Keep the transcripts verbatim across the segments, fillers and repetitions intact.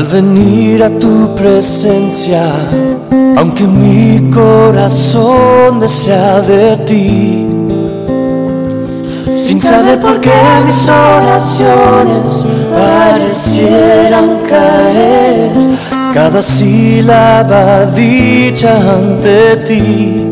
venir a tu presencia, aunque mi corazón desea de ti, sin saber por qué mis oraciones parecieran caer, cada sílaba dicha ante ti.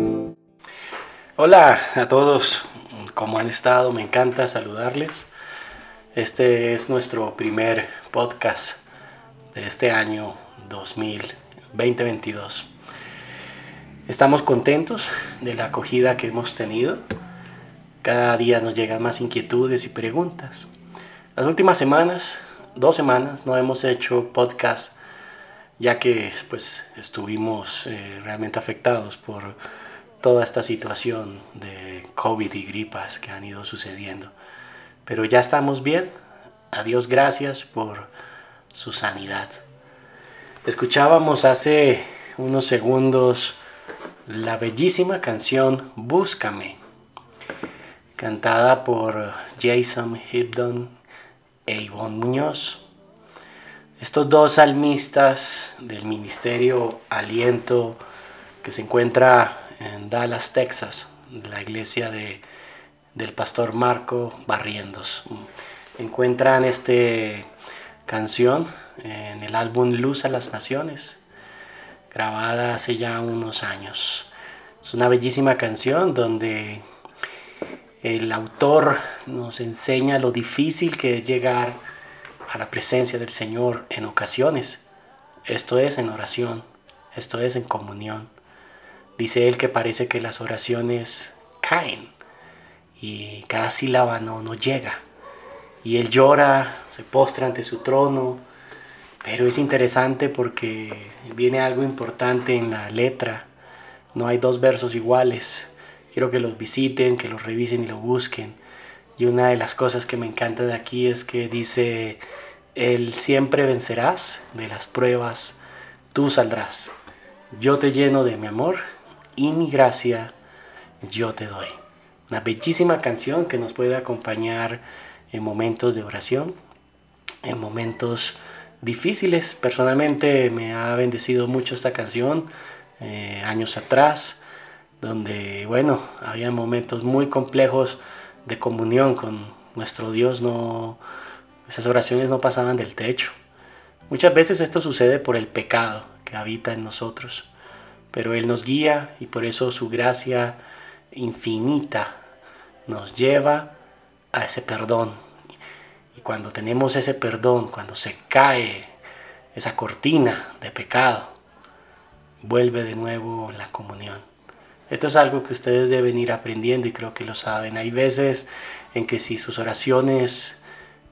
Hola a todos, ¿cómo han estado? Me encanta saludarles. Este es nuestro primer podcast de este año dos mil veintidós. Estamos contentos de la acogida que hemos tenido. Cada día nos llegan más inquietudes y preguntas. Las últimas semanas, dos semanas, no hemos hecho podcast ya que pues, estuvimos eh, realmente afectados por toda esta situación de COVID y gripas que han ido sucediendo. Pero ya estamos bien. A Dios gracias por su sanidad. Escuchábamos hace unos segundos la bellísima canción Búscame, cantada por Jason Hibdon e Ivonne Muñoz. Estos dos salmistas del ministerio Aliento, que se encuentra en Dallas, Texas, la iglesia de, del pastor Marco Barrientos, encuentran esta canción en el álbum Luz a las Naciones, grabada hace ya unos años. Es una bellísima canción donde el autor nos enseña lo difícil que es llegar a la presencia del Señor en ocasiones. Esto es en oración, esto es en comunión. Dice él que parece que las oraciones caen y cada sílaba no, no llega. Y él llora, se postra ante su trono, pero es interesante porque viene algo importante en la letra. No hay dos versos iguales. Quiero que los visiten, que los revisen y lo busquen. Y una de las cosas que me encanta de aquí es que dice: Él siempre vencerás, de las pruebas tú saldrás. Yo te lleno de mi amor y mi gracia yo te doy. Una bellísima canción que nos puede acompañar en momentos de oración, en momentos difíciles. Personalmente me ha bendecido mucho esta canción eh, años atrás, donde bueno, había momentos muy complejos de comunión con nuestro Dios. No, esas oraciones no pasaban del techo. Muchas veces esto sucede por el pecado que habita en nosotros, pero Él nos guía y por eso su gracia infinita nos lleva a ese perdón. Y cuando tenemos ese perdón, cuando se cae esa cortina de pecado, vuelve de nuevo la comunión. Esto es algo que ustedes deben ir aprendiendo y creo que lo saben. Hay veces en que si sus oraciones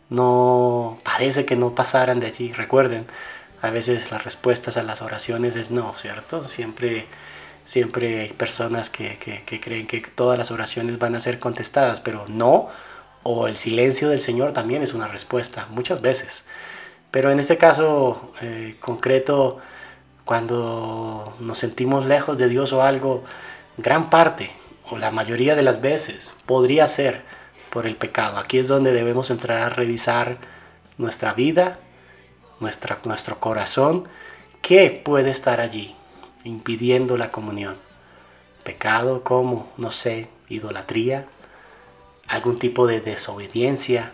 no parece que no pasaran de allí, recuerden, a veces las respuestas a las oraciones es no, ¿cierto? Siempre, siempre hay personas que, que, que creen que todas las oraciones van a ser contestadas, pero no, o el silencio del Señor también es una respuesta, muchas veces. Pero en este caso eh, concreto, cuando nos sentimos lejos de Dios o algo, gran parte, o la mayoría de las veces, podría ser por el pecado. Aquí es donde debemos entrar a revisar nuestra vida, Nuestra, nuestro corazón, ¿qué puede estar allí impidiendo la comunión? Pecado como, no sé, idolatría, algún tipo de desobediencia,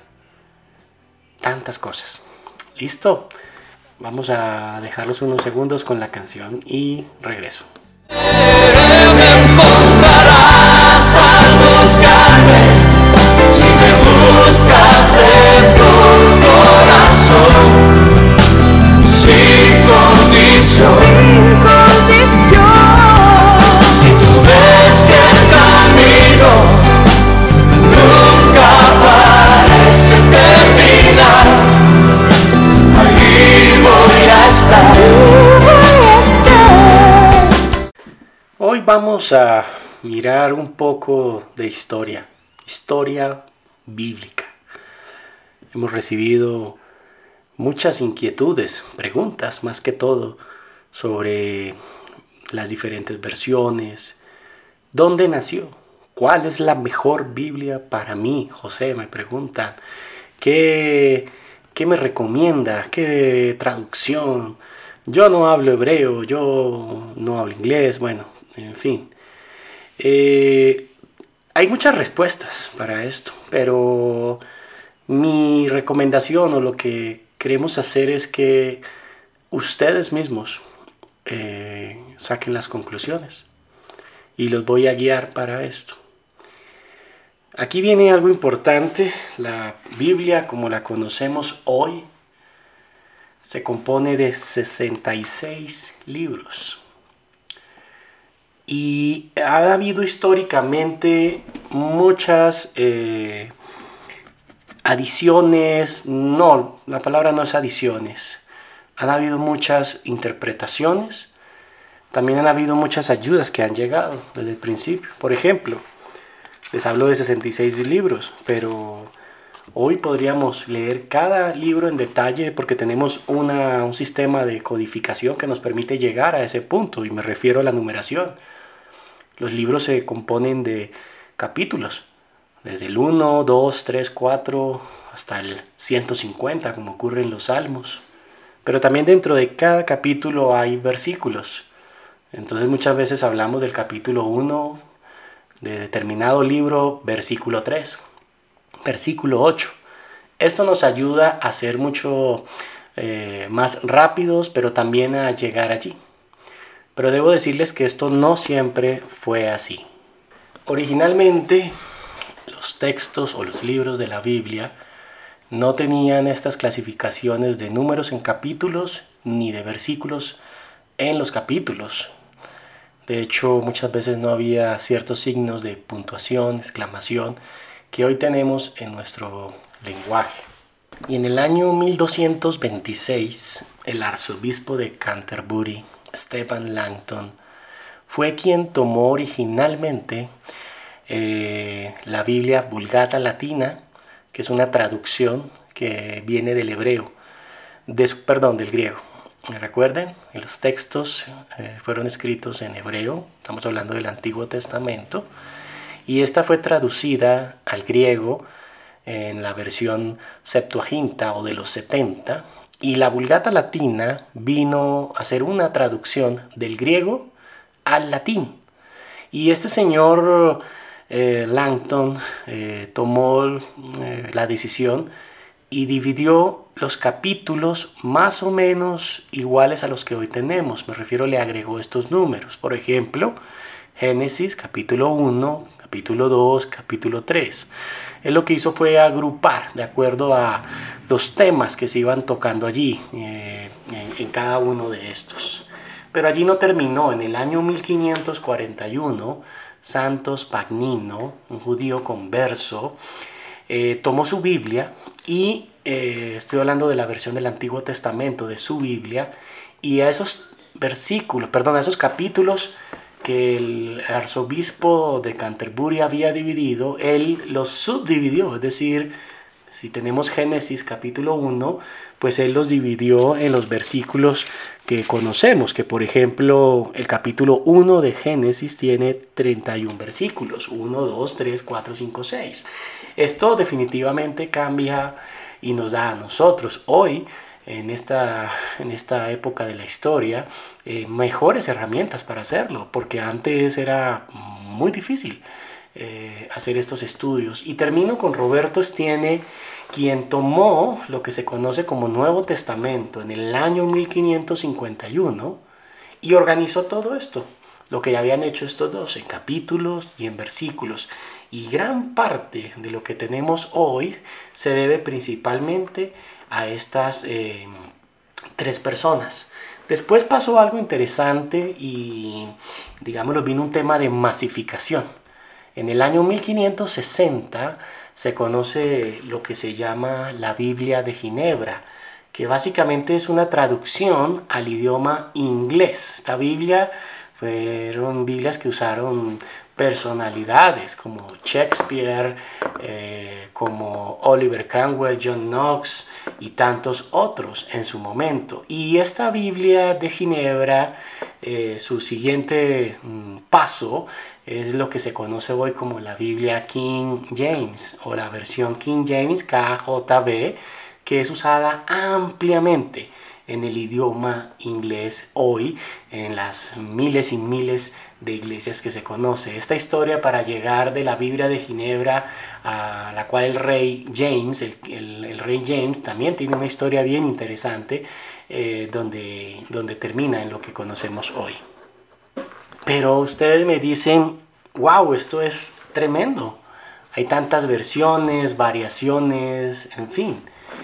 tantas cosas. ¿Listo? Vamos a dejarlos unos segundos con la canción y regreso. Me encontrarás al buscarme, si me buscas de tu corazón. Sin condición, sin condición. Si tú ves que el camino nunca parece terminar, ahí voy a estar, voy a estar. Hoy vamos a mirar un poco de historia, historia bíblica. Hemos recibido muchas inquietudes, preguntas más que todo, sobre las diferentes versiones. ¿Dónde nació? ¿Cuál es la mejor Biblia para mí? José, me preguntan. ¿Qué ¿Qué me recomienda? ¿Qué traducción? Yo no hablo hebreo, yo no hablo inglés, bueno, en fin. Eh, hay muchas respuestas para esto, pero mi recomendación o lo que queremos hacer es que ustedes mismos eh, saquen las conclusiones y los voy a guiar para esto. Aquí viene algo importante. La Biblia, como la conocemos hoy, se compone de sesenta y seis libros. Y ha habido históricamente muchas eh, adiciones. No, la palabra no es adiciones. Han habido muchas interpretaciones. También han habido muchas ayudas que han llegado desde el principio. Por ejemplo, les hablo de sesenta y seis libros, pero hoy podríamos leer cada libro en detalle porque tenemos una, un sistema de codificación que nos permite llegar a ese punto, y me refiero a la numeración. Los libros se componen de capítulos, desde el uno, dos, tres, cuatro hasta el ciento cincuenta, como ocurre en los Salmos. Pero también dentro de cada capítulo hay versículos. Entonces muchas veces hablamos del capítulo uno de determinado libro, versículo tres, versículo ocho. Esto nos ayuda a ser mucho eh, más rápidos, pero también a llegar allí. Pero debo decirles que esto no siempre fue así. Originalmente, los textos o los libros de la Biblia no tenían estas clasificaciones de números en capítulos ni de versículos en los capítulos. De hecho, muchas veces no había ciertos signos de puntuación, exclamación, que hoy tenemos en nuestro lenguaje. Y en el año mil doscientos veintiséis, el arzobispo de Canterbury, Stephen Langton, fue quien tomó originalmente eh, la Biblia Vulgata Latina, que es una traducción que viene del hebreo, de, perdón, del griego. Recuerden, los textos eh, fueron escritos en hebreo, estamos hablando del Antiguo Testamento, y esta fue traducida al griego en la versión Septuaginta o de los setenta, y la Vulgata Latina vino a ser una traducción del griego al latín. Y este señor eh, Langton eh, tomó eh, la decisión y dividió los capítulos más o menos iguales a los que hoy tenemos. Me refiero, le agregó estos números. Por ejemplo, Génesis capítulo uno, capítulo dos, capítulo tres. Él lo que hizo fue agrupar de acuerdo a los temas que se iban tocando allí eh, en, en cada uno de estos. Pero allí no terminó. En el año mil quinientos cuarenta y uno, Santos Pagnino, un judío converso, eh, tomó su Biblia y eh, estoy hablando de la versión del Antiguo Testamento de su Biblia, y a esos versículos, perdón, a esos capítulos que el arzobispo de Canterbury había dividido, él los subdividió. Es decir, si tenemos Génesis capítulo uno, pues él los dividió en los versículos que conocemos, que por ejemplo el capítulo uno de Génesis tiene treinta y uno versículos, uno, dos, tres, cuatro, cinco, seis. Esto definitivamente cambia y nos da a nosotros hoy, en esta, en esta época de la historia, eh, mejores herramientas para hacerlo, porque antes era muy difícil eh, hacer estos estudios. Y termino con Roberto Stiene, quien tomó lo que se conoce como Nuevo Testamento en el año mil quinientos cincuenta y uno y organizó todo esto, lo que ya habían hecho estos dos, en capítulos y en versículos. Y gran parte de lo que tenemos hoy se debe principalmente a estas eh, tres personas. Después pasó algo interesante y, digámoslo, vino un tema de masificación. En el año mil quinientos sesenta se conoce lo que se llama la Biblia de Ginebra, que básicamente es una traducción al idioma inglés. Esta Biblia fueron Biblias que usaron personalidades como Shakespeare, eh, como Oliver Cromwell, John Knox y tantos otros en su momento. Y esta Biblia de Ginebra, eh, su siguiente mm, paso es lo que se conoce hoy como la Biblia King James o la versión King James K J V, que es usada ampliamente en el idioma inglés hoy, en las miles y miles de iglesias que se conoce. Esta historia para llegar de la Biblia de Ginebra, a la cual el rey James, el, el, el rey James también tiene una historia bien interesante, eh, donde, donde termina en lo que conocemos hoy. Pero ustedes me dicen, wow, esto es tremendo. Hay tantas versiones, variaciones, en fin.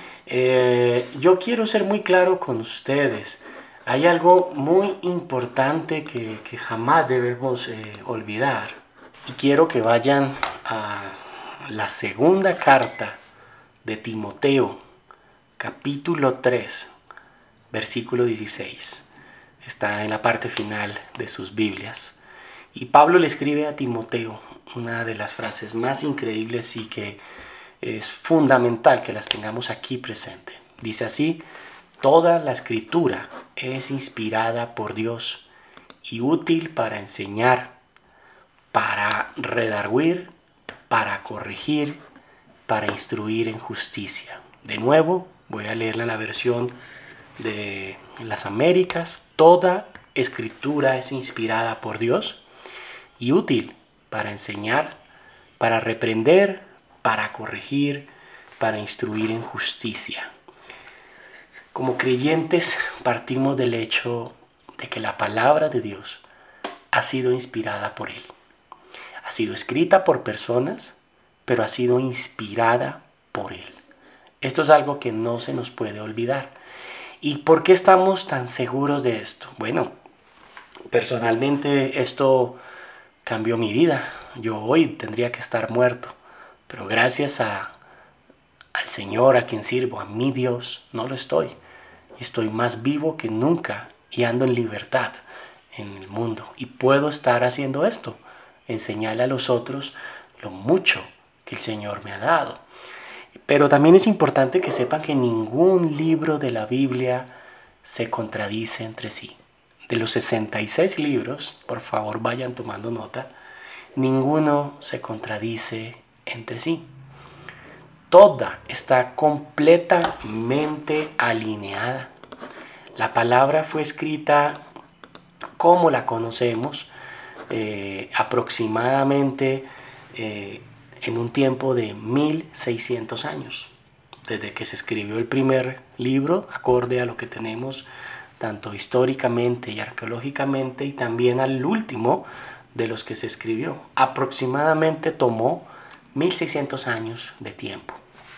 Eh, yo quiero ser muy claro con ustedes. Hay algo muy importante que, que jamás debemos eh, olvidar. Y quiero que vayan a la segunda carta de Timoteo, capítulo tres, versículo dieciséis. Está en la parte final de sus Biblias. Y Pablo le escribe a Timoteo una de las frases más increíbles y que es fundamental que las tengamos aquí presente. Dice así: toda la escritura es inspirada por Dios y útil para enseñar, para redarguir, para corregir, para instruir en justicia. De nuevo, voy a leerla en la versión de las Américas. Toda escritura es inspirada por Dios y útil para enseñar, para reprender, para corregir, para instruir en justicia. Como creyentes partimos del hecho de que la palabra de Dios ha sido inspirada por Él. Ha sido escrita por personas, pero ha sido inspirada por Él. Esto es algo que no se nos puede olvidar. ¿Y por qué estamos tan seguros de esto? Bueno, personalmente esto cambió mi vida. Yo hoy tendría que estar muerto, pero gracias a, al Señor a quien sirvo, a mi Dios, no lo estoy. Estoy más vivo que nunca y ando en libertad en el mundo. Y puedo estar haciendo esto, enseñarle a los otros lo mucho que el Señor me ha dado. Pero también es importante que sepan que ningún libro de la Biblia se contradice entre sí. De los sesenta y seis libros, por favor vayan tomando nota, ninguno se contradice entre sí. Toda está completamente alineada. La palabra fue escrita como la conocemos, eh, aproximadamente eh, en un tiempo de mil seiscientos años, desde que se escribió el primer libro, acorde a lo que tenemos tanto históricamente y arqueológicamente, y también al último de los que se escribió. Aproximadamente tomó mil seiscientos años de tiempo.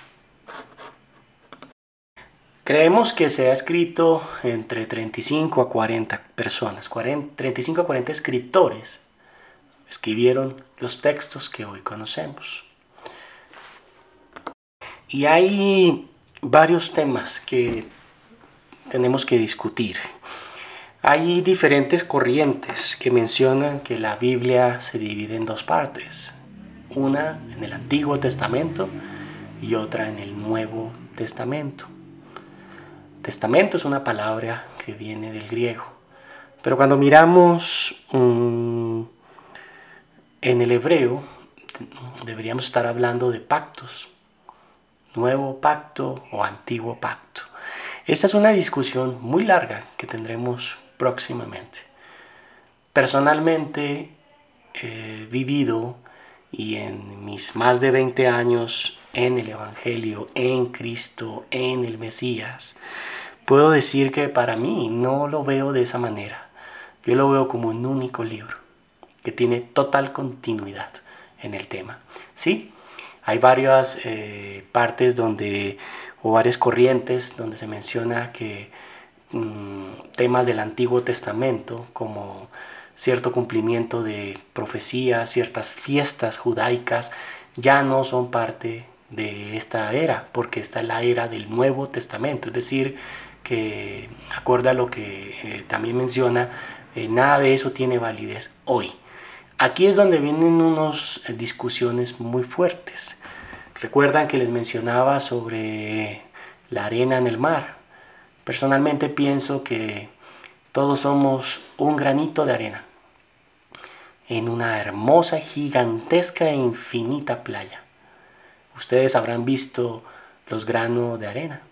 Creemos que se ha escrito entre treinta y cinco a cuarenta personas, treinta y cinco a cuarenta escritores escribieron los textos que hoy conocemos. Y hay varios temas que tenemos que discutir. Hay diferentes corrientes que mencionan que la Biblia se divide en dos partes. Una en el Antiguo Testamento y otra en el Nuevo Testamento. Testamento es una palabra que viene del griego. Pero cuando miramos um, en el hebreo, deberíamos estar hablando de pactos. Nuevo pacto o antiguo pacto. Esta es una discusión muy larga que tendremos próximamente. Personalmente he vivido y en mis más de veinte años en el Evangelio, en Cristo, en el Mesías, puedo decir que para mí no lo veo de esa manera. Yo lo veo como un único libro que tiene total continuidad en el tema. ¿Sí? Hay varias eh, partes donde, o varias corrientes donde se menciona que mmm, temas del Antiguo Testamento, como cierto cumplimiento de profecías, ciertas fiestas judaicas, ya no son parte de esta era, porque esta es la era del Nuevo Testamento. Es decir, que acorde a lo que eh, también menciona, eh, nada de eso tiene validez hoy. Aquí es donde vienen unas discusiones muy fuertes. Recuerdan que les mencionaba sobre la arena en el mar. Personalmente pienso que todos somos un granito de arena en una hermosa, gigantesca e infinita playa. Ustedes habrán visto los granos de arena.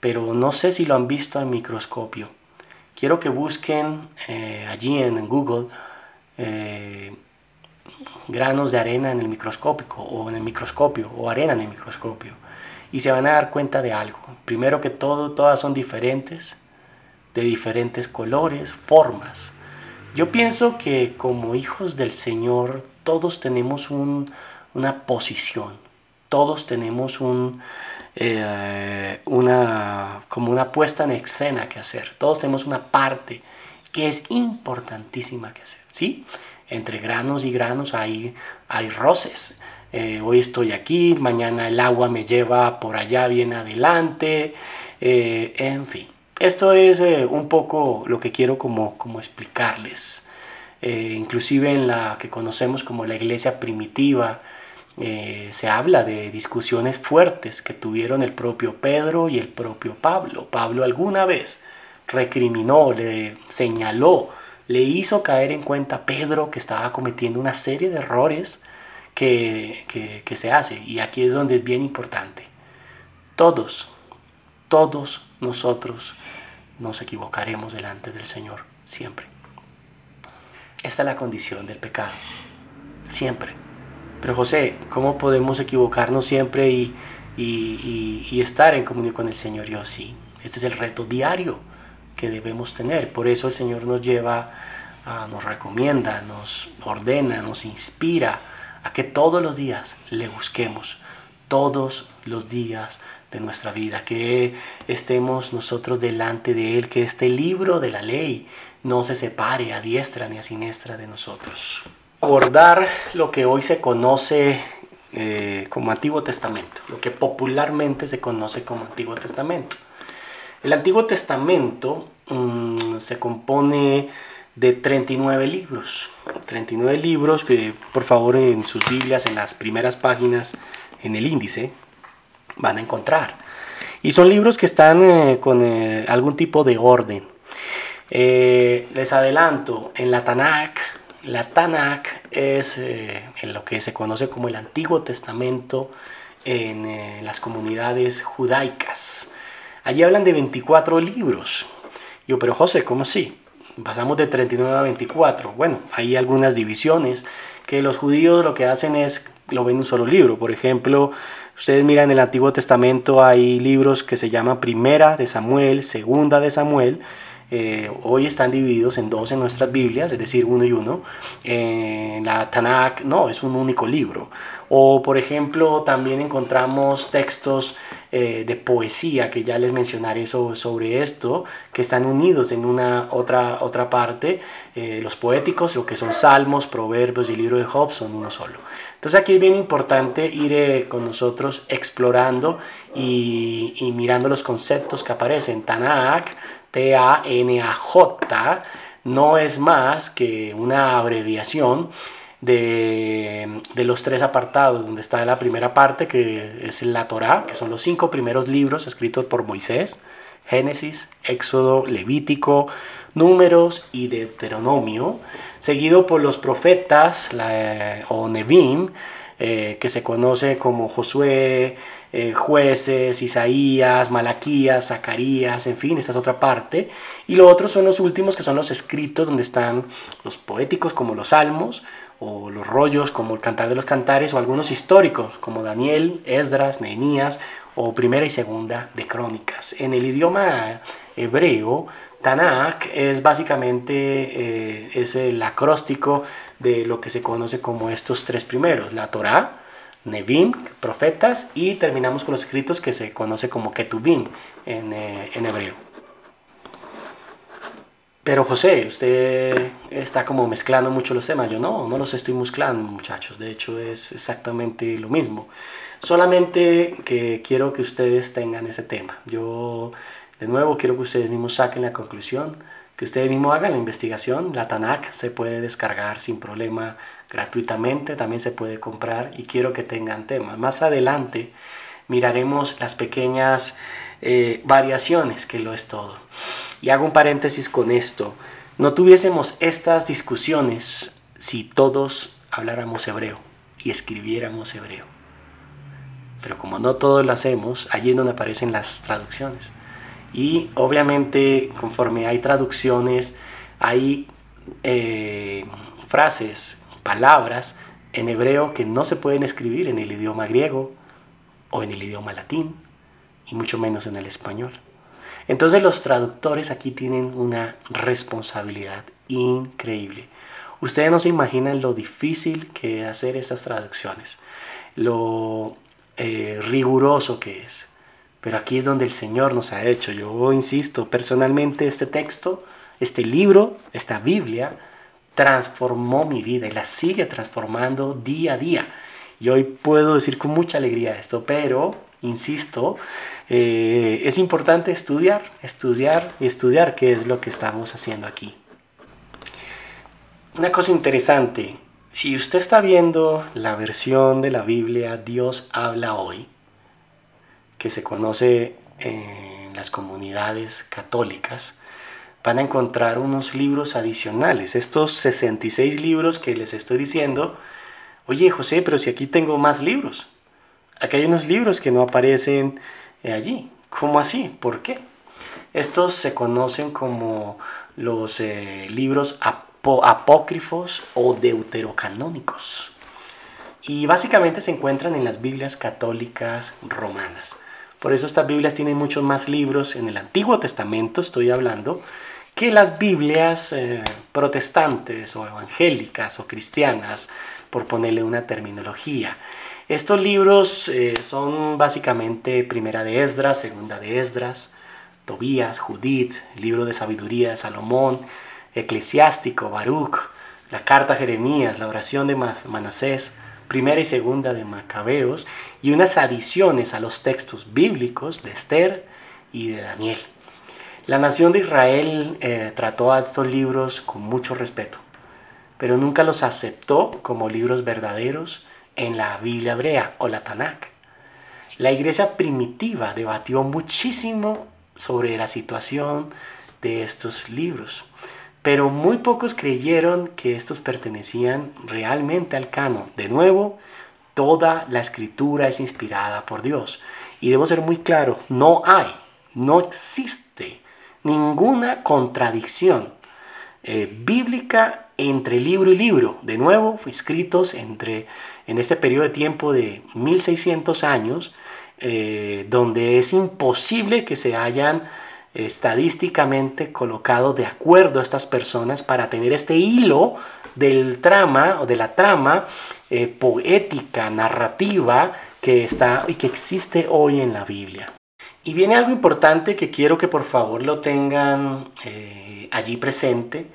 pero no sé si lo han visto al microscopio. Quiero que busquen eh, allí en, en Google eh, granos de arena en el microscópico o en el microscopio o arena en el microscopio y se van a dar cuenta de algo. Primero que todo, todas son diferentes, de diferentes colores, formas. Yo pienso que como hijos del Señor todos tenemos un, una posición, todos tenemos un, eh, una, como una puesta en escena que hacer, todos tenemos una parte que es importantísima que hacer, ¿sí? Entre granos y granos hay, hay roces. Eh, hoy estoy aquí, mañana el agua me lleva por allá bien adelante, eh, en fin. Esto es eh, un poco lo que quiero como, como explicarles. Eh, inclusive en la que conocemos como la iglesia primitiva, eh, se habla de discusiones fuertes que tuvieron el propio Pedro y el propio Pablo. Pablo alguna vez recriminó, le señaló, le hizo caer en cuenta a Pedro que estaba cometiendo una serie de errores que, que, que se hace. Y aquí es donde es bien importante. Todos, todos nosotros nos equivocaremos delante del Señor, siempre. Esta es la condición del pecado, siempre. Pero José, ¿cómo podemos equivocarnos siempre y, y, y, y estar en comunión con el Señor? Yo sí, este es el reto diario que debemos tener. Por eso el Señor nos lleva, a, nos recomienda, nos ordena, nos inspira a que todos los días le busquemos, todos los días de nuestra vida, que estemos nosotros delante de Él, que este libro de la ley no se separe a diestra ni a siniestra de nosotros. Abordar lo que hoy se conoce eh, como Antiguo Testamento, lo que popularmente se conoce como Antiguo Testamento. El Antiguo Testamento um, se compone de treinta y nueve libros, treinta y nueve libros que por favor en sus Biblias, en las primeras páginas, en el índice, van a encontrar. Y son libros que están eh, con eh, algún tipo de orden. Eh, les adelanto, en la Tanakh, la Tanakh es eh, en lo que se conoce como el Antiguo Testamento en eh, las comunidades judaicas. Allí hablan de veinticuatro libros. Yo, pero José, ¿cómo así? Pasamos de treinta y nueve a veinticuatro. Bueno, hay algunas divisiones que los judíos lo que hacen es, lo ven en un solo libro. Por ejemplo, ustedes miran en el Antiguo Testamento hay libros que se llaman Primera de Samuel, Segunda de Samuel. Eh, hoy están divididos en dos en nuestras Biblias, es decir, uno y uno. En eh, la Tanakh no, es un único libro. O por ejemplo, también encontramos textos eh, de poesía, que ya les mencionaré sobre, sobre esto, que están unidos en una otra, otra parte. Eh, los poéticos, lo que son salmos, proverbios y el libro de Job, son uno solo. Entonces aquí es bien importante ir eh, con nosotros explorando y, y mirando los conceptos que aparecen. Tanakh, T A N A J, no es más que una abreviación de, de los tres apartados, donde está la primera parte, que es la Torá, que son los cinco primeros libros escritos por Moisés: Génesis, Éxodo, Levítico, Números y Deuteronomio, seguido por los profetas la, o Nevim, eh, que se conoce como Josué, eh, Jueces, Isaías, Malaquías, Zacarías, en fin, esta es otra parte. Y lo otro son los últimos, que son los escritos, donde están los poéticos como los Salmos, o los rollos como el Cantar de los Cantares, o algunos históricos como Daniel, Esdras, Nehemías, o Primera y Segunda de Crónicas. En el idioma hebreo, Tanakh es básicamente eh, es el acróstico de lo que se conoce como estos tres primeros: la Torá, Nevim, profetas, y terminamos con los escritos que se conoce como Ketuvim en, eh, en hebreo. Pero José, usted está como mezclando mucho los temas. Yo no, no los estoy mezclando, muchachos. De hecho es exactamente lo mismo. Solamente que quiero que ustedes tengan ese tema. Yo, de nuevo, quiero que ustedes mismos saquen la conclusión, que ustedes mismos hagan la investigación. La Tanakh se puede descargar sin problema gratuitamente, también se puede comprar, y quiero que tengan temas. Más adelante miraremos las pequeñas eh, variaciones, que lo es todo. Y hago un paréntesis con esto. No tuviésemos estas discusiones si todos habláramos hebreo y escribiéramos hebreo. Pero como no todos lo hacemos, allí es donde aparecen las traducciones. Y obviamente conforme hay traducciones, hay eh, frases, palabras en hebreo que no se pueden escribir en el idioma griego o en el idioma latín y mucho menos en el español. Entonces los traductores aquí tienen una responsabilidad increíble. Ustedes no se imaginan lo difícil que es hacer estas traducciones, lo eh, riguroso que es. Pero aquí es donde el Señor nos ha hecho. Yo insisto, personalmente este texto, este libro, esta Biblia, transformó mi vida y la sigue transformando día a día. Y hoy puedo decir con mucha alegría esto, pero, insisto, eh, es importante estudiar, estudiar y estudiar, que es lo que estamos haciendo aquí. Una cosa interesante, si usted está viendo la versión de la Biblia Dios habla hoy, que se conoce en las comunidades católicas, van a encontrar unos libros adicionales. Estos sesenta y seis libros que les estoy diciendo, oye José, pero si aquí tengo más libros. Aquí hay unos libros que no aparecen allí. ¿Cómo así? ¿Por qué? Estos se conocen como los eh, libros apó apócrifos o deuterocanónicos. Y básicamente se encuentran en las Biblias católicas romanas. Por eso estas Biblias tienen muchos más libros en el Antiguo Testamento, estoy hablando, que las Biblias eh, protestantes o evangélicas o cristianas, por ponerle una terminología. Estos libros eh, son básicamente Primera de Esdras, Segunda de Esdras, Tobías, Judith, Libro de Sabiduría de Salomón, Eclesiástico, Baruch, la Carta a Jeremías, la Oración de Manasés, Primera y Segunda de Macabeos, y unas adiciones a los textos bíblicos de Esther y de Daniel. La nación de Israel eh, trató a estos libros con mucho respeto, pero nunca los aceptó como libros verdaderos en la Biblia hebrea o la Tanakh. La iglesia primitiva debatió muchísimo sobre la situación de estos libros, pero muy pocos creyeron que estos pertenecían realmente al canon. De nuevo, toda la escritura es inspirada por Dios. Y debo ser muy claro, no hay, no existe ninguna contradicción eh, bíblica entre libro y libro. De nuevo, fue escritos entre, en este periodo de tiempo de mil seiscientos años, eh, donde es imposible que se hayan estadísticamente colocado de acuerdo a estas personas para tener este hilo del trama o de la trama eh, poética, narrativa que está y que existe hoy en la Biblia. Y viene algo importante que quiero que por favor lo tengan eh, allí presente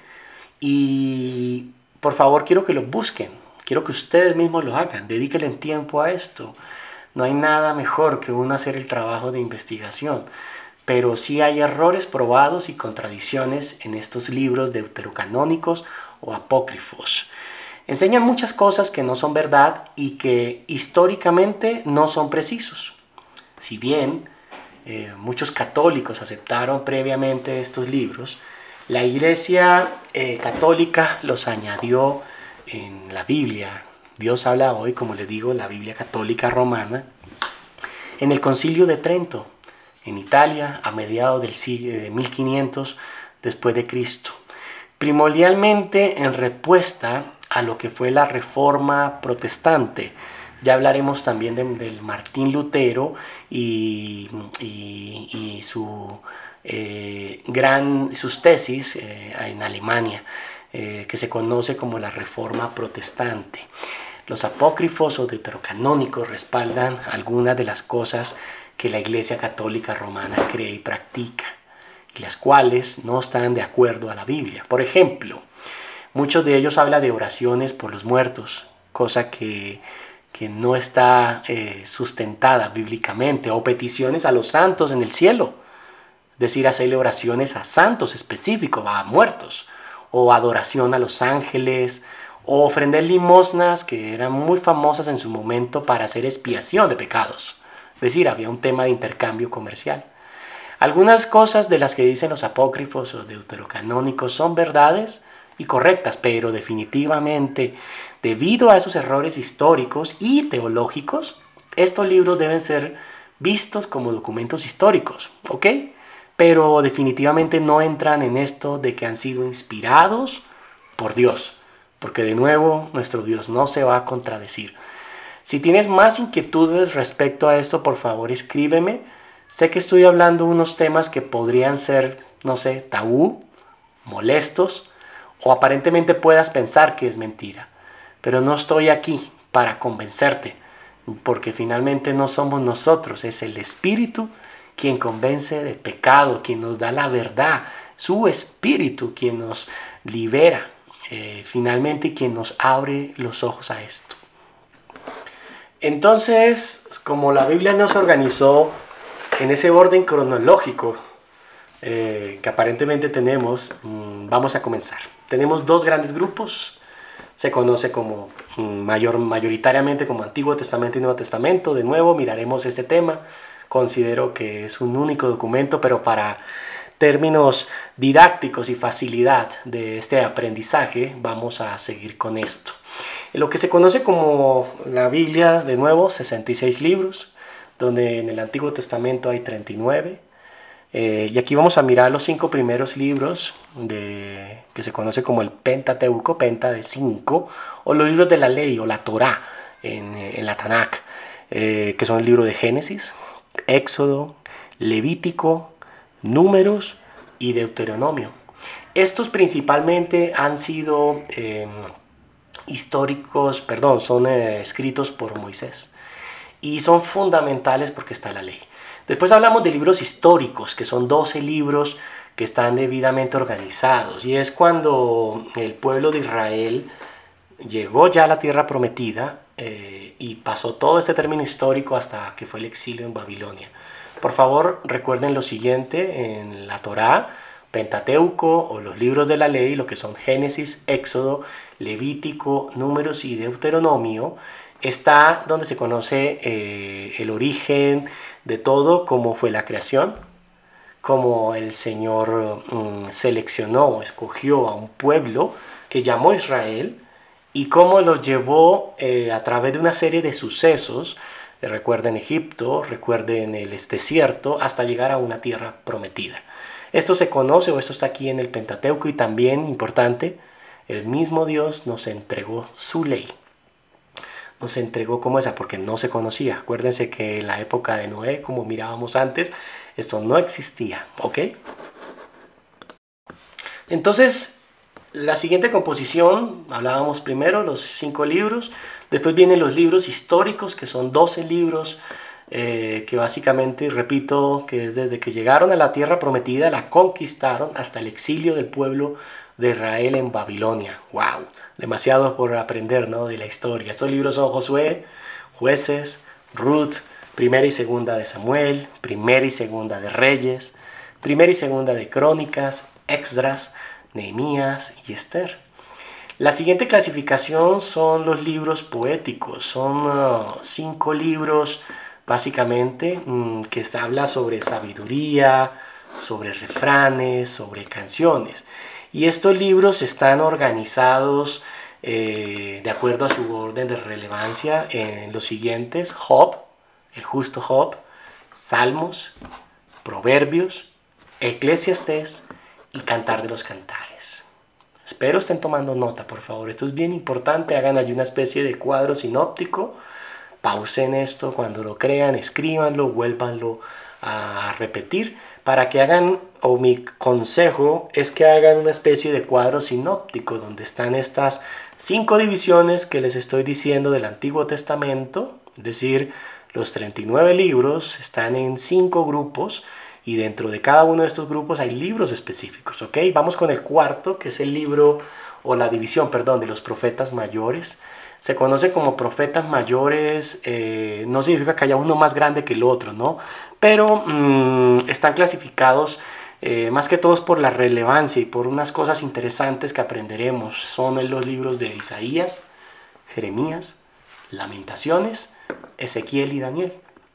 y por favor quiero que lo busquen, quiero que ustedes mismos lo hagan, dedíquenle tiempo a esto. No hay nada mejor que uno hacer el trabajo de investigación. Pero sí hay errores probados y contradicciones en estos libros deuterocanónicos o apócrifos. Enseñan muchas cosas que no son verdad y que históricamente no son precisos. Si bien eh, muchos católicos aceptaron previamente estos libros, la Iglesia eh, católica los añadió en la Biblia. Dios habla hoy, como les digo, la Biblia católica romana, en el Concilio de Trento, en Italia, a mediados del siglo de mil quinientos después de Cristo, primordialmente en respuesta a lo que fue la Reforma Protestante. Ya hablaremos también de, del Martín Lutero y, y, y su, eh, gran, sus tesis eh, en Alemania, eh, que se conoce como la Reforma Protestante. Los apócrifos o deuterocanónicos respaldan algunas de las cosas que la Iglesia Católica Romana cree y practica, y las cuales no están de acuerdo a la Biblia. Por ejemplo, muchos de ellos hablan de oraciones por los muertos, cosa que, que no está eh, sustentada bíblicamente, o peticiones a los santos en el cielo, es decir, hacerle oraciones a santos específicos, a muertos, o adoración a los ángeles, o ofrender limosnas que eran muy famosas en su momento para hacer expiación de pecados. Es decir, había un tema de intercambio comercial. Algunas cosas de las que dicen los apócrifos o deuterocanónicos son verdades y correctas, pero definitivamente, debido a esos errores históricos y teológicos, estos libros deben ser vistos como documentos históricos, ¿ok? pero definitivamente no entran en esto de que han sido inspirados por Dios, porque de nuevo nuestro Dios no se va a contradecir. Si tienes más inquietudes respecto a esto, por favor escríbeme. Sé que estoy hablando de unos temas que podrían ser, no sé, tabú, molestos, o aparentemente puedas pensar que es mentira. Pero no estoy aquí para convencerte, porque finalmente no somos nosotros, es el Espíritu quien convence de pecado, quien nos da la verdad, su Espíritu quien nos libera, eh, finalmente quien nos abre los ojos a esto. Entonces, como la Biblia nos organizó en ese orden cronológico eh, que aparentemente tenemos, mmm, vamos a comenzar. Tenemos dos grandes grupos. Se conoce como mmm, mayor, mayoritariamente como Antiguo Testamento y Nuevo Testamento. De nuevo miraremos este tema. Considero que es un único documento, pero para términos didácticos y facilidad de este aprendizaje vamos a seguir con esto. Lo que se conoce como la Biblia, de nuevo, sesenta y seis libros, donde en el Antiguo Testamento hay treinta y nueve. Eh, y aquí vamos a mirar los cinco primeros libros de, que se conoce como el Pentateuco, Penta de cinco, o los libros de la ley o la Torá en, en la Tanakh, eh, que son el libro de Génesis, Éxodo, Levítico, Números y Deuteronomio. Estos principalmente han sido eh, históricos, perdón, son eh, escritos por Moisés y son fundamentales porque está la ley. Después hablamos de libros históricos, que son doce libros que están debidamente organizados, y es cuando el pueblo de Israel llegó ya a la tierra prometida eh, y pasó todo este término histórico hasta que fue el exilio en Babilonia. Por favor, recuerden lo siguiente: en la Torá, Pentateuco o los libros de la ley, lo que son Génesis, Éxodo, Levítico, Números y Deuteronomio, está donde se conoce eh, el origen de todo, cómo fue la creación, cómo el Señor um, seleccionó, escogió a un pueblo que llamó Israel y cómo los llevó eh, a través de una serie de sucesos. Eh, recuerden Egipto, recuerden el desierto, hasta llegar a una tierra prometida. Esto se conoce, o esto está aquí en el Pentateuco, y también, importante, el mismo Dios nos entregó su ley. Nos entregó como esa, porque no se conocía. Acuérdense que en la época de Noé, como mirábamos antes, esto no existía, ¿ok? Entonces, la siguiente composición, hablábamos primero los cinco libros, después vienen los libros históricos, que son doce libros, eh, que básicamente, repito, que es desde que llegaron a la tierra prometida, la conquistaron, hasta el exilio del pueblo de Israel en Babilonia. ¡Wow! Demasiado por aprender, ¿no?, de la historia. Estos libros son Josué, Jueces, Ruth, Primera y Segunda de Samuel, Primera y Segunda de Reyes, Primera y Segunda de Crónicas, Esdras, Nehemías y Esther. La siguiente clasificación son los libros poéticos. Son uh, cinco libros básicamente mmm, que habla sobre sabiduría, sobre refranes, sobre canciones. Y estos libros están organizados eh, de acuerdo a su orden de relevancia en los siguientes: Job, el justo Job, Salmos, Proverbios, Eclesiastés y Cantar de los Cantares. Espero estén tomando nota, por favor. Esto es bien importante. Hagan allí una especie de cuadro sinóptico. Pausen esto cuando lo crean, escríbanlo, vuélvanlo a repetir para que hagan, o mi consejo es que hagan una especie de cuadro sinóptico donde están estas cinco divisiones que les estoy diciendo del Antiguo Testamento. Es decir, los treinta y nueve libros están en cinco grupos, y dentro de cada uno de estos grupos hay libros específicos, ¿ok? Vamos con el cuarto, que es el libro, o la división, perdón, de los profetas mayores. Se conoce como profetas mayores, eh, no significa que haya uno más grande que el otro, ¿no? Pero mmm, están clasificados eh, más que todos por la relevancia y por unas cosas interesantes que aprenderemos. Son los libros de Isaías, Jeremías, Lamentaciones, Ezequiel y Daniel.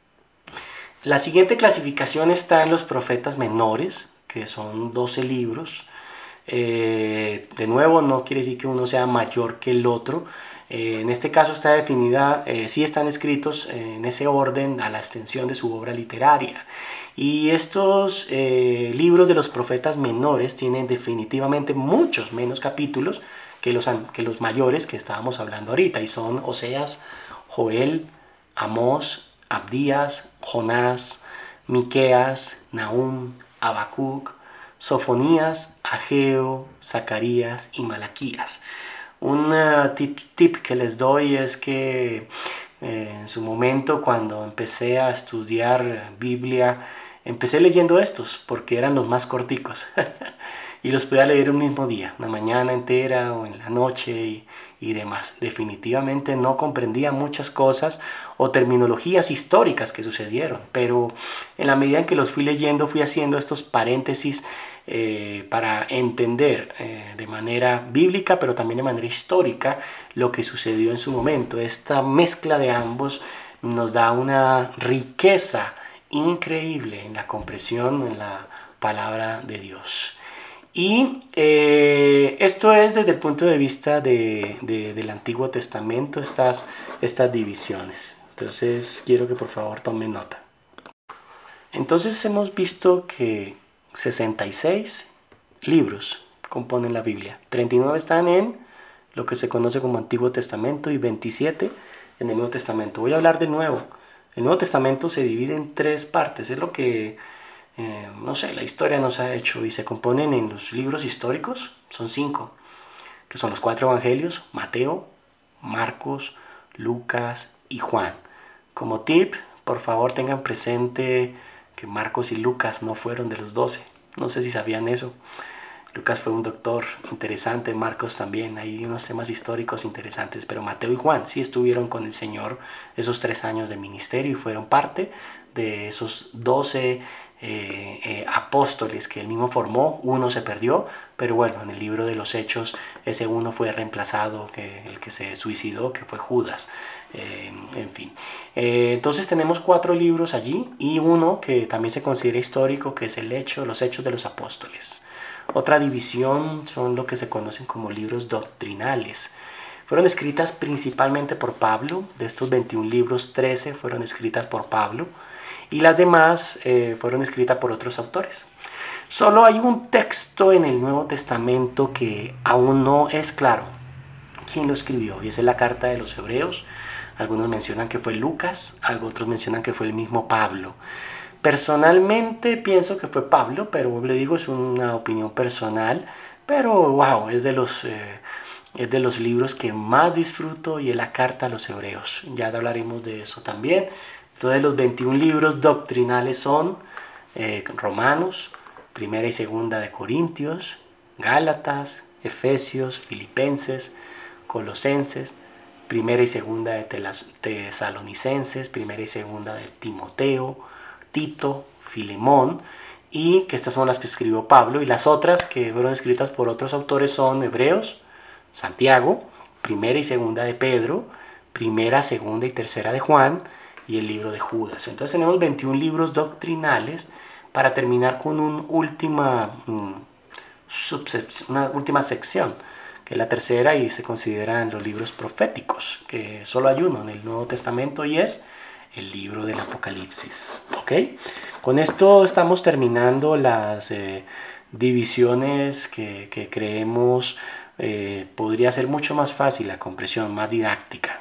La siguiente clasificación está en los profetas menores, que son doce libros. Eh, de nuevo, no quiere decir que uno sea mayor que el otro. Eh, en este caso está definida, eh, sí están escritos eh, en ese orden a la extensión de su obra literaria. Y estos eh, libros de los profetas menores tienen definitivamente muchos menos capítulos que los, que los mayores que estábamos hablando ahorita. Y son Oseas, Joel, Amós, Abdías, Jonás, Miqueas, Nahum, Habacuc, Sofonías, Ageo, Zacarías y Malaquías. Un uh, tip, tip que les doy es que eh, en su momento, cuando empecé a estudiar Biblia, empecé leyendo estos porque eran los más corticos y los podía leer un mismo día, una mañana entera o en la noche y, y demás. Definitivamente no comprendía muchas cosas o terminologías históricas que sucedieron, pero en la medida en que los fui leyendo fui haciendo estos paréntesis eh, para entender eh, de manera bíblica pero también de manera histórica lo que sucedió en su momento. Esta mezcla de ambos nos da una riqueza increíble en la comprensión, en la palabra de Dios. Y eh, esto es desde el punto de vista de, de, del Antiguo Testamento, estas, estas divisiones. Entonces quiero que por favor tomen nota. Entonces hemos visto que sesenta y seis libros componen la Biblia. treinta y nueve están en lo que se conoce como Antiguo Testamento y veintisiete en el Nuevo Testamento. Voy a hablar de nuevo. El Nuevo Testamento se divide en tres partes. Es lo que, eh, no sé, la historia nos ha hecho y se componen en los libros históricos. Son cinco, que son los cuatro evangelios: Mateo, Marcos, Lucas y Juan. Como tip, por favor tengan presente que Marcos y Lucas no fueron de los doce. No sé si sabían eso. Lucas fue un doctor interesante, Marcos también, hay unos temas históricos interesantes, pero Mateo y Juan sí estuvieron con el Señor esos tres años de ministerio y fueron parte de esos doce eh, eh, apóstoles que él mismo formó. Uno se perdió, pero bueno, en el libro de los Hechos ese uno fue reemplazado, que el que se suicidó, que fue Judas. Eh, en fin, eh, entonces tenemos cuatro libros allí y uno que también se considera histórico, que es el hecho, los Hechos de los Apóstoles. Otra división son lo que se conocen como libros doctrinales. Fueron escritas principalmente por Pablo. De estos veintiún libros, trece fueron escritas por Pablo y las demás eh, fueron escritas por otros autores. Solo hay un texto en el Nuevo Testamento que aún no es claro quién lo escribió, y esa es la carta de los Hebreos. Algunos mencionan que fue Lucas, otros mencionan que fue el mismo Pablo. Personalmente pienso que fue Pablo, pero le digo, es una opinión personal, pero wow, es de los, eh, es de los libros que más disfruto y es la carta a los Hebreos. Ya hablaremos de eso también. Entonces los veintiún libros doctrinales son eh, Romanos, Primera y Segunda de Corintios, Gálatas, Efesios, Filipenses, Colosenses, Primera y Segunda de Tesalonicenses, Primera y Segunda de Timoteo, Tito, Filemón, y que estas son las que escribió Pablo, y las otras que fueron escritas por otros autores son Hebreos, Santiago, Primera y Segunda de Pedro, Primera, Segunda y Tercera de Juan, y el libro de Judas. Entonces tenemos veintiún libros doctrinales para terminar con un última, um, una última sección, que es la tercera y se consideran los libros proféticos, que solo hay uno en el Nuevo Testamento y es el libro del Apocalipsis. ¿Ok? Con esto estamos terminando las eh, divisiones que, que creemos eh, podría ser mucho más fácil la comprensión, más didáctica.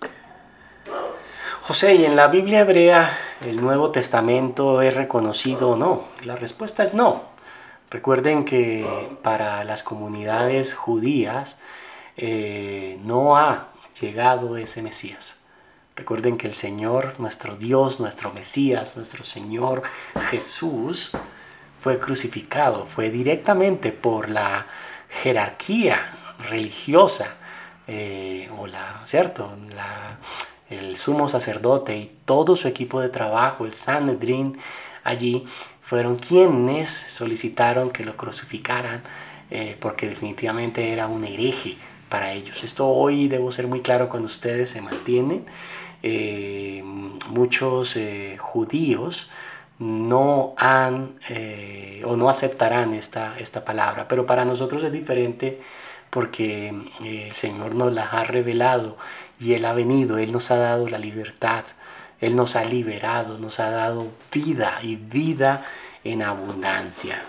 José, ¿y en la Biblia hebrea el Nuevo Testamento es reconocido o no? La respuesta es no. Recuerden que para las comunidades judías eh, no ha llegado ese Mesías. Recuerden que el Señor, nuestro Dios, nuestro Mesías, nuestro Señor Jesús, fue crucificado, fue directamente por la jerarquía religiosa, eh, o la, ¿cierto? La, el sumo sacerdote y todo su equipo de trabajo, el Sanedrín, allí fueron quienes solicitaron que lo crucificaran, eh, porque definitivamente era un hereje para ellos. Esto hoy debo ser muy claro con ustedes, se mantiene. Eh, muchos eh, judíos no han eh, o no aceptarán esta, esta palabra. Pero para nosotros es diferente porque eh, el Señor nos la ha revelado y Él ha venido, Él nos ha dado la libertad, Él nos ha liberado, nos ha dado vida y vida en abundancia.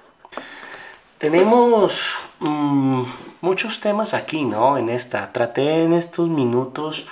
Tenemos mmm, muchos temas aquí, ¿no? En esta. Traté en estos minutos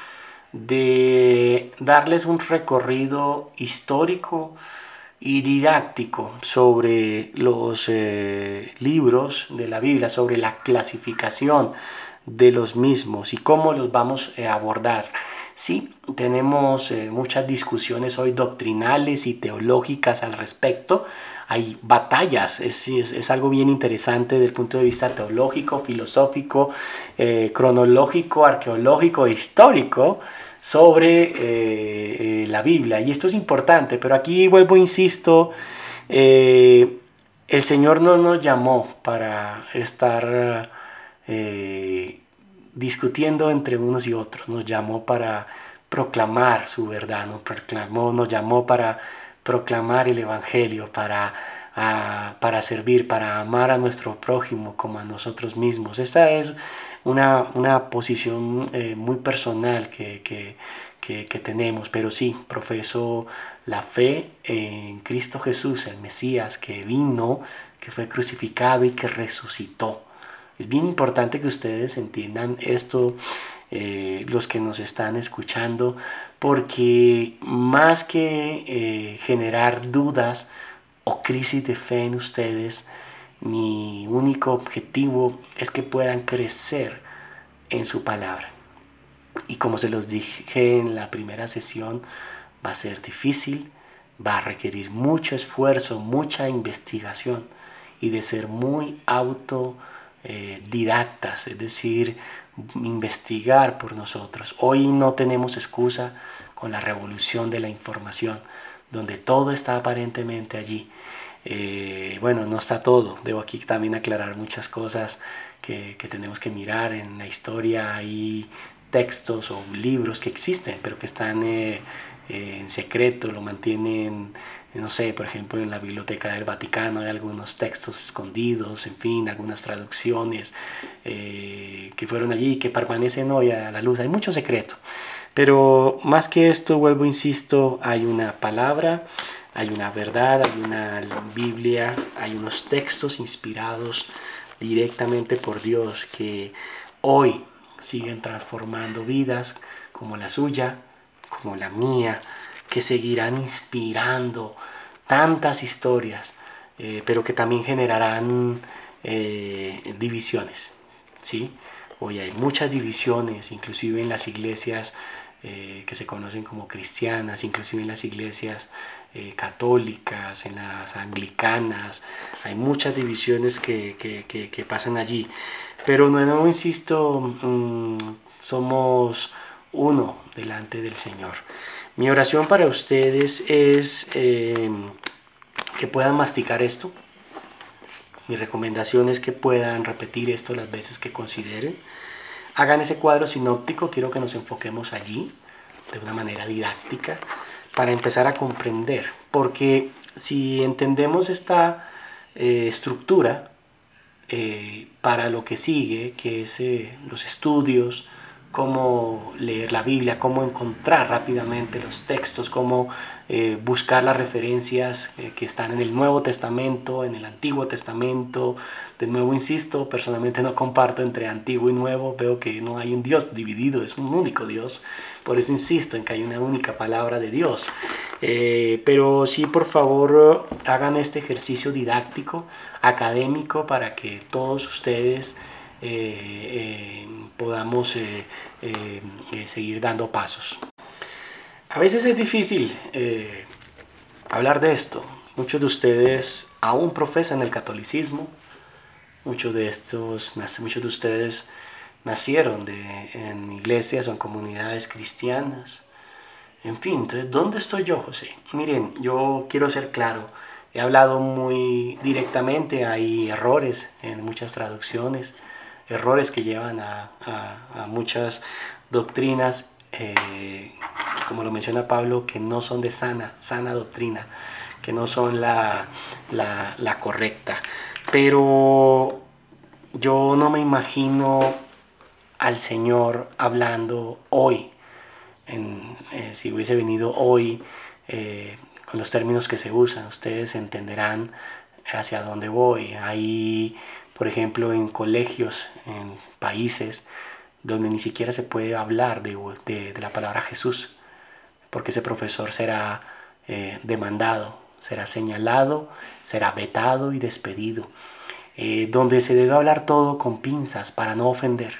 de darles un recorrido histórico y didáctico sobre los eh, libros de la Biblia, sobre la clasificación de los mismos y cómo los vamos a abordar. Sí, tenemos eh, muchas discusiones hoy doctrinales y teológicas al respecto. Hay batallas, es, es, es algo bien interesante desde el punto de vista teológico, filosófico, eh, cronológico, arqueológico e histórico sobre eh, eh, la Biblia. Y esto es importante, pero aquí vuelvo, insisto, eh, el Señor no nos llamó para estar eh, discutiendo entre unos y otros, nos llamó para proclamar su verdad, nos, proclamó, nos llamó para proclamar el Evangelio, para, a, para servir, para amar a nuestro prójimo como a nosotros mismos. Esta es una, una posición eh, muy personal que, que, que, que tenemos, pero sí, profeso la fe en Cristo Jesús, el Mesías, que vino, que fue crucificado y que resucitó. Es bien importante que ustedes entiendan esto, eh, los que nos están escuchando, porque más que eh, generar dudas o crisis de fe en ustedes, mi único objetivo es que puedan crecer en su palabra. Y como se los dije en la primera sesión, va a ser difícil, va a requerir mucho esfuerzo, mucha investigación y de ser muy autodidactas, eh, es decir, investigar por nosotros. Hoy no tenemos excusa con la revolución de la información, donde todo está aparentemente allí. Eh, bueno, no está todo, debo aquí también aclarar muchas cosas que, que tenemos que mirar. En la historia hay textos o libros que existen, pero que están eh, eh, en secreto, lo mantienen, no sé, por ejemplo, en la Biblioteca del Vaticano hay algunos textos escondidos, en fin, algunas traducciones eh, que fueron allí, que permanecen hoy a la luz. Hay mucho secreto, pero más que esto, vuelvo, insisto, hay una palabra, hay una verdad, hay una Biblia, hay unos textos inspirados directamente por Dios que hoy siguen transformando vidas como la suya, como la mía, que seguirán inspirando tantas historias, eh, pero que también generarán eh, divisiones, ¿sí? Hoy hay muchas divisiones, inclusive en las iglesias eh, que se conocen como cristianas, inclusive en las iglesias eh, católicas, en las anglicanas, hay muchas divisiones que, que, que, que pasan allí. Pero no, no insisto, mmm, somos uno delante del Señor. Mi oración para ustedes es eh, que puedan masticar esto. Mi recomendación es que puedan repetir esto las veces que consideren. Hagan ese cuadro sinóptico, quiero que nos enfoquemos allí de una manera didáctica para empezar a comprender. Porque si entendemos esta eh, estructura, Eh, para lo que sigue, que es eh, los estudios, cómo leer la Biblia, cómo encontrar rápidamente los textos, cómo eh, buscar las referencias eh, que están en el Nuevo Testamento, en el Antiguo Testamento. De nuevo, insisto, personalmente no comparto entre Antiguo y Nuevo, veo que no hay un Dios dividido, es un único Dios, por eso insisto en que hay una única palabra de Dios. Eh, pero sí, por favor, hagan este ejercicio didáctico, académico, para que todos ustedes eh, eh, podamos eh, eh, eh, seguir dando pasos. A veces es difícil eh, hablar de esto. Muchos de ustedes aún profesan el catolicismo. Muchos de estos, muchos de ustedes nacieron de, en iglesias o en comunidades cristianas. En fin, entonces, ¿dónde estoy yo, José? Miren, yo quiero ser claro. He hablado muy directamente, hay errores en muchas traducciones, errores que llevan a, a, a muchas doctrinas, eh, como lo menciona Pablo, que no son de sana, sana doctrina, que no son la, la, la correcta. Pero yo no me imagino al Señor hablando hoy, en, eh, si hubiese venido hoy, eh, con los términos que se usan, ustedes entenderán hacia dónde voy. Hay, por ejemplo, en colegios, en países donde ni siquiera se puede hablar de, de, de la palabra Jesús, porque ese profesor será eh, demandado, será señalado, será vetado y despedido, eh, donde se debe hablar todo con pinzas para no ofender.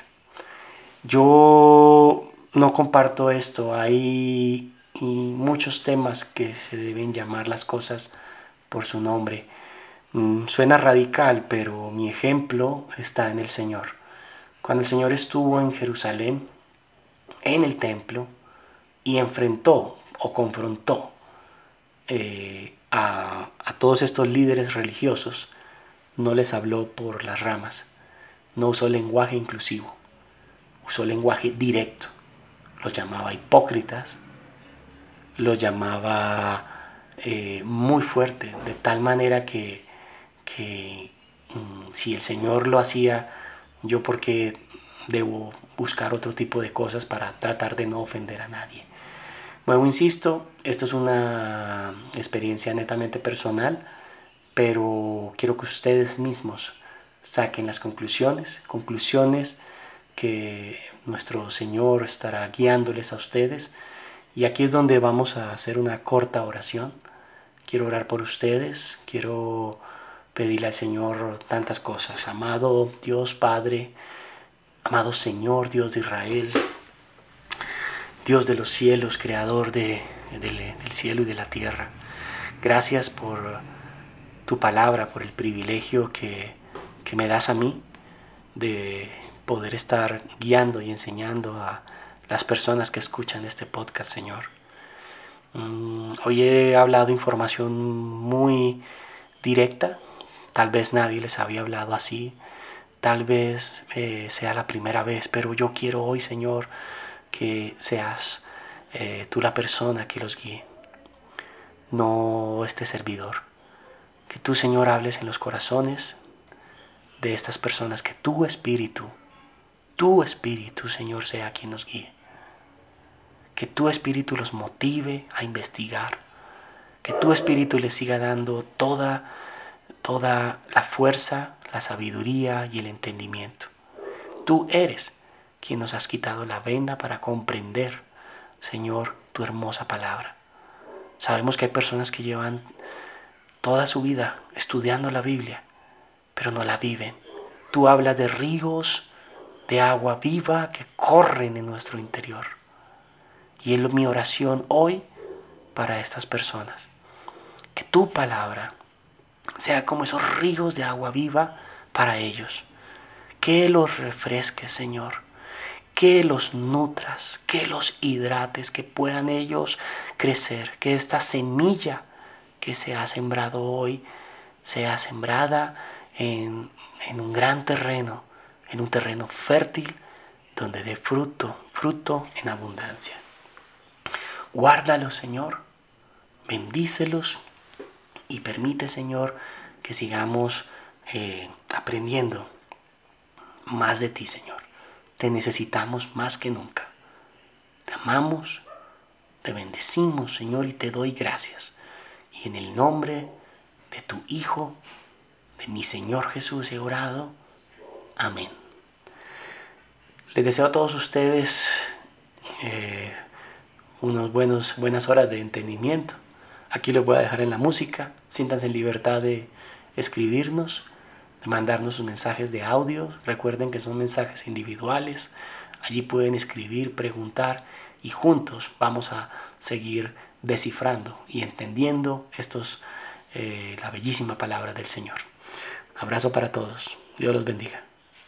Yo no comparto esto. Hay y muchos temas que se deben llamar las cosas por su nombre. Mm, suena radical, pero mi ejemplo está en el Señor. Cuando el Señor estuvo en Jerusalén, en el templo, y enfrentó o confrontó eh, a, a todos estos líderes religiosos, no les habló por las ramas, no usó lenguaje inclusivo, usó lenguaje directo. Los llamaba hipócritas, los llamaba eh, muy fuerte, de tal manera que, que mm, si el Señor lo hacía, yo porque debo buscar otro tipo de cosas para tratar de no ofender a nadie. Bueno, insisto, esto es una experiencia netamente personal, pero quiero que ustedes mismos saquen las conclusiones, conclusiones que nuestro Señor estará guiándoles a ustedes. Y aquí es donde vamos a hacer una corta oración. Quiero orar por ustedes, quiero pedirle al Señor tantas cosas. Amado Dios Padre, amado Señor Dios de Israel, Dios de los cielos, creador de, de, del cielo y de la tierra. Gracias por tu palabra, por el privilegio que, que me das a mí de poder estar guiando y enseñando a las personas que escuchan este podcast, Señor. Um, hoy he hablado información muy directa. Tal vez nadie les había hablado así. Tal vez eh, sea la primera vez, pero yo quiero hoy, Señor, que seas eh, tú la persona que los guíe, no este servidor. Que tú, Señor, hables en los corazones de estas personas, que tu Espíritu, tu Espíritu, Señor, sea quien nos guíe. Que tu Espíritu los motive a investigar. Que tu Espíritu les siga dando toda, toda la fuerza, la sabiduría y el entendimiento. Tú eres quien nos has quitado la venda para comprender, Señor, tu hermosa palabra. Sabemos que hay personas que llevan toda su vida estudiando la Biblia, pero no la viven. Tú hablas de ríos de agua viva que corren en nuestro interior. Y es mi oración hoy para estas personas. Que tu palabra sea como esos ríos de agua viva para ellos. Que los refresques, Señor. Que los nutras, que los hidrates, que puedan ellos crecer. Que esta semilla que se ha sembrado hoy sea sembrada en, en un gran terreno, en un terreno fértil donde dé fruto, fruto en abundancia. Guárdalos, Señor, bendícelos y permite, Señor, que sigamos eh, aprendiendo más de ti, Señor. Te necesitamos más que nunca. Te amamos, te bendecimos, Señor, y te doy gracias. Y en el nombre de tu Hijo, de mi Señor Jesús, he orado. Amén. Les deseo a todos ustedes eh, unas buenos, buenas horas de entendimiento. Aquí les voy a dejar en la música. Siéntanse en libertad de escribirnos, de mandarnos sus mensajes de audio. Recuerden que son mensajes individuales. Allí pueden escribir, preguntar y juntos vamos a seguir descifrando y entendiendo estos, eh, la bellísima palabra del Señor. Un abrazo para todos. Dios los bendiga.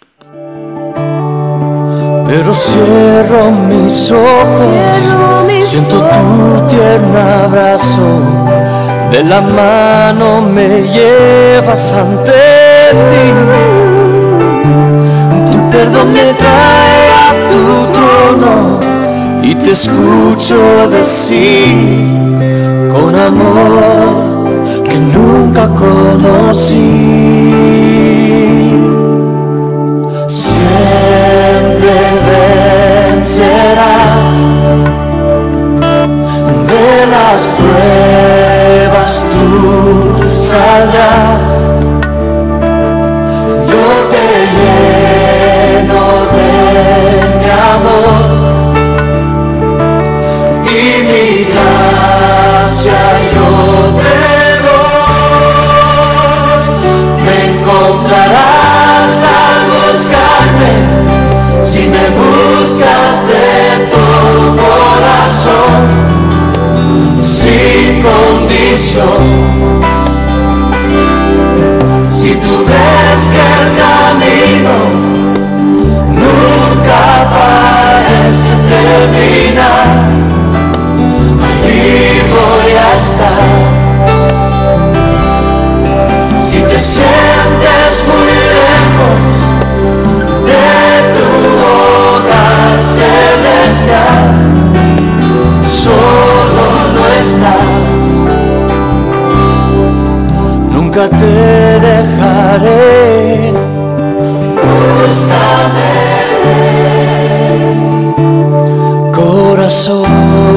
Pero cierro mis ojos, cierro mis siento ojos. Tu tierno abrazo, de la mano me llevas ante ti. Tu perdón me trae a tu trono y te escucho decir con amor, que nunca conocí. Siempre vencerás, de las pruebas tú saldrás. Yo te lleno de mi amor y mi gracia yo te doy. Me encontrarás al buscarme, si me buscas de todo corazón, sin condición. Si tú ves que el camino nunca parece terminar, allí voy a estar. Si te sientes muy lejos de tu hogar celestial, solo no estás. Nunca te dejaré. Búscame, corazón.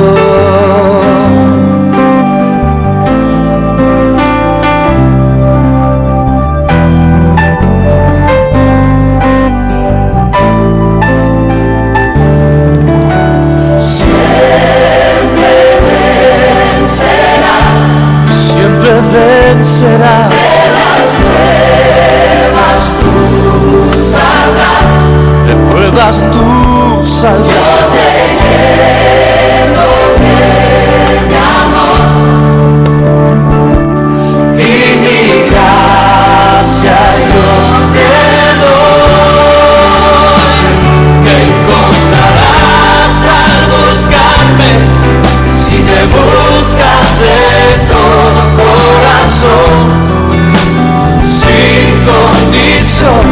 Vencerás, de las pruebas tú saldrás, de pruebas tú saldrás. Yo te lleno de mi amor y mi gracia yo te doy. Me encontrarás al buscarme, si me buscas de todo corazón, sin condición.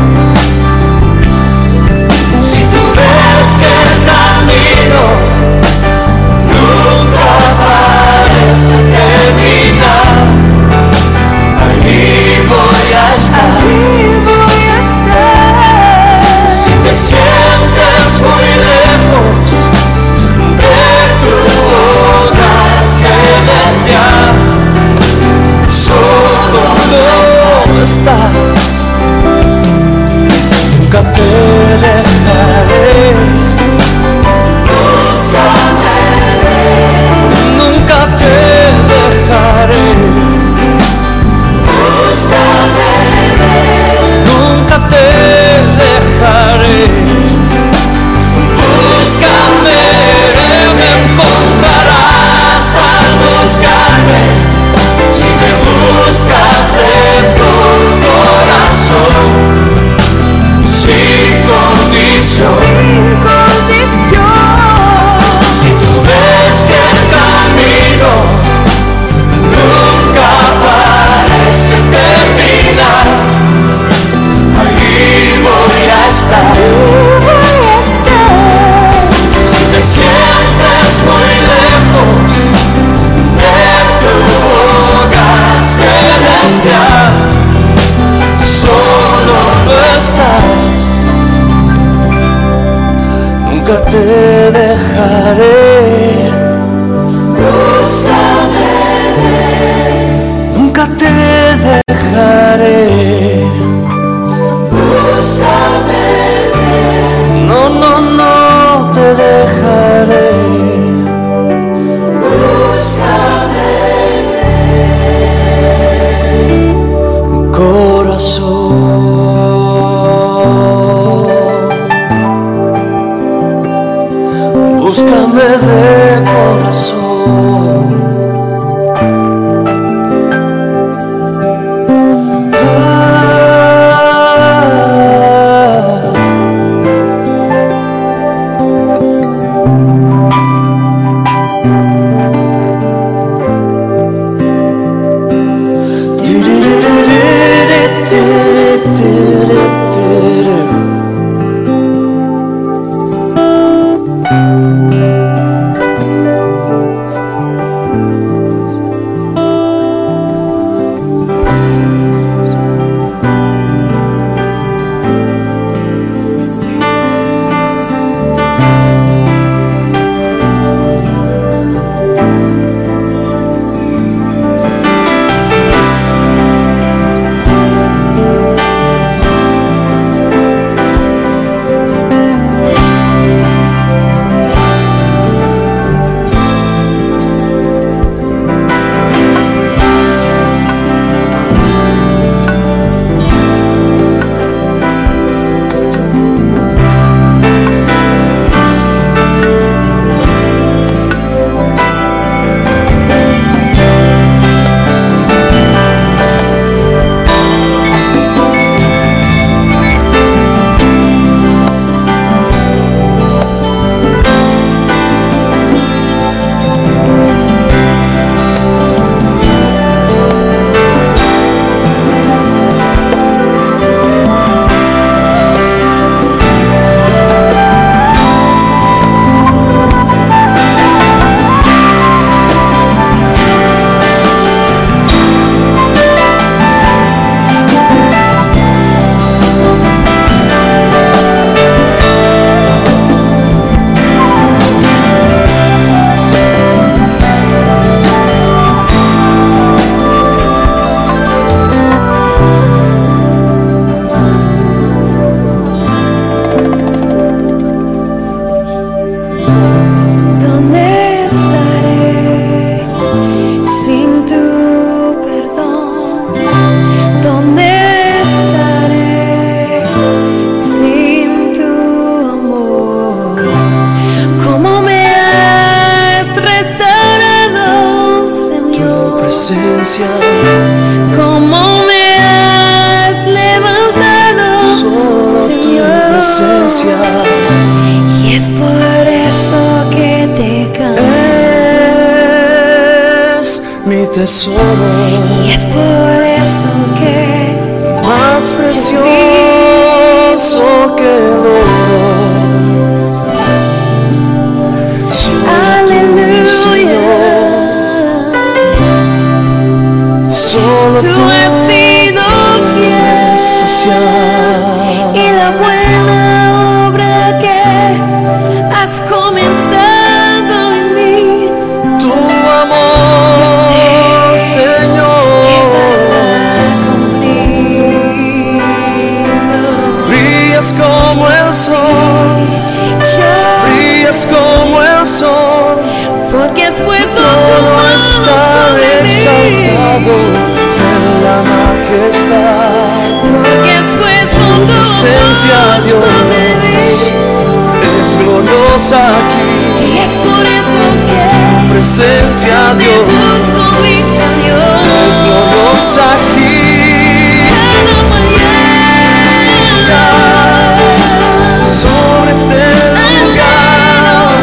Si tú ves que el camino nunca parece terminar, allí voy a estar. Si te sientes muy lejos de tu hogar celestial, solo no estás. Nunca te dejaré. Búscame, nunca te dejaré. Búscame, nunca te dejaré. Búscame, me encontrarás al buscarme, si me buscas de todo corazón, sin condición. Sin condición. Si tú ves que el camino nunca parece terminar, allí voy a estar. Si te sientes muy lejos de tu hogar celestial, solo no estás. Nunca te dejaré. Búscame, nunca te dejaré. Búscame, no, no, no te dejaré. Búscame, corazón. Búscame de presencia. Y es por eso que te canto. Es mi tesoro. Y es por eso que más precioso que el oro. Solo tú, tú has sido fiel saciar. y la buena obra que has comenzado en mí, Tu amor, yo sé Señor, que vas a cumplir. brillas como el sol, Yo brillas sé, como el sol. porque has puesto tu Todo mano está sobre exaltado mí, en la majestad. porque has puesto tu Presencia, mano Dios, sobre mí. es gloriosa aquí. Y es por eso que Presencia, te Dios, busco, mi es Señor, gloriosa aquí. cada mañana. Sobre este lugar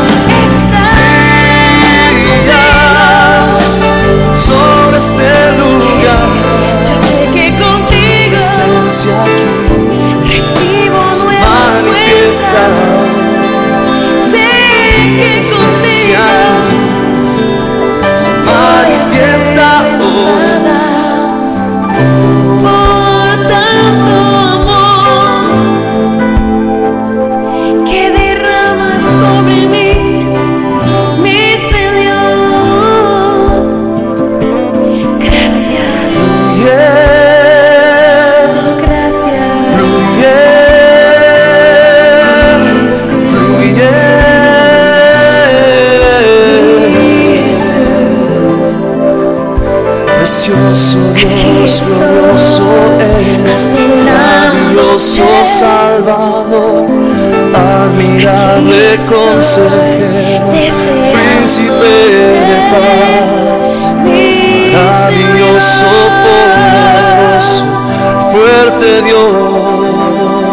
brillas, sobre este lugar. Yo sé que contigo Presencia aquí recibo se nuevas manifiesta. fuerzas. Sé que Presencia contigo aquí se voy a ser manifiesta hoy. renovada por tanto amor que derramas sobre mí, mi Señor. Gracias, Yeah, oh, gracias, fluye, Jesús, fluye. Jesús. Precioso Aquí Dios, estoy, glorioso eres, maravilloso anhelándote. Salvador, admirable Aquí estoy, consejero, deseándote, príncipe de paz, mi maravilloso, Señor. poderoso, fuerte Dios.